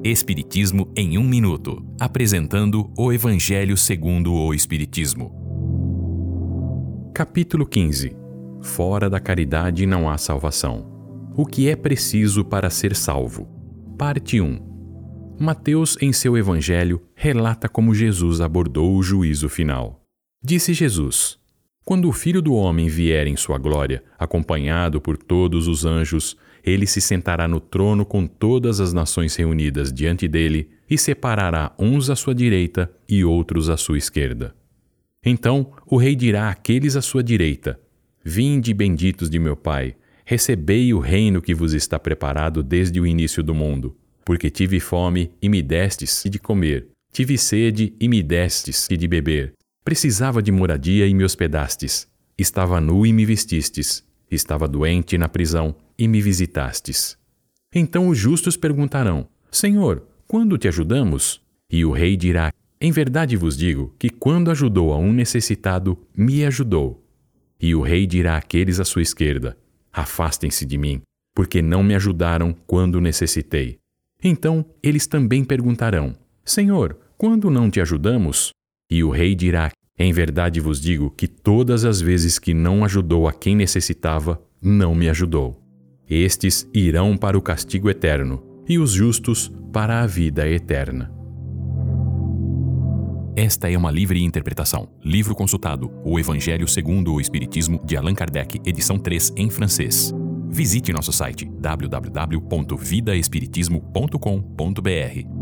Espiritismo em 1 minuto, apresentando o Evangelho segundo o Espiritismo. Capítulo 15. Fora da caridade não há salvação. O que é preciso para ser salvo? Parte 1. Mateus, em seu Evangelho, relata como Jesus abordou o juízo final. Disse Jesus: Quando o Filho do Homem vier em sua glória, acompanhado por todos os anjos, ele se sentará no trono com todas as nações reunidas diante dele e separará uns à sua direita e outros à sua esquerda. Então o rei dirá àqueles à sua direita: Vinde, benditos de meu Pai, recebei o reino que vos está preparado desde o início do mundo. Porque tive fome e me destes de comer, tive sede e me destes de beber, precisava de moradia e me hospedastes, estava nu e me vestistes, estava doente na prisão e me visitastes. Então os justos perguntarão: Senhor, quando te ajudamos? E o rei dirá: Em verdade vos digo que quando ajudou a um necessitado, me ajudou. E o rei dirá àqueles à sua esquerda: Afastem-se de mim, porque não me ajudaram quando necessitei. Então eles também perguntarão: Senhor, quando não te ajudamos? E o rei dirá: Em verdade vos digo que todas as vezes que não ajudou a quem necessitava, não me ajudou. Estes irão para o castigo eterno, e os justos para a vida eterna. Esta é uma livre interpretação. Livro consultado: O Evangelho segundo o Espiritismo, de Allan Kardec, edição 3, em francês. Visite nosso site www.vidaespiritismo.com.br.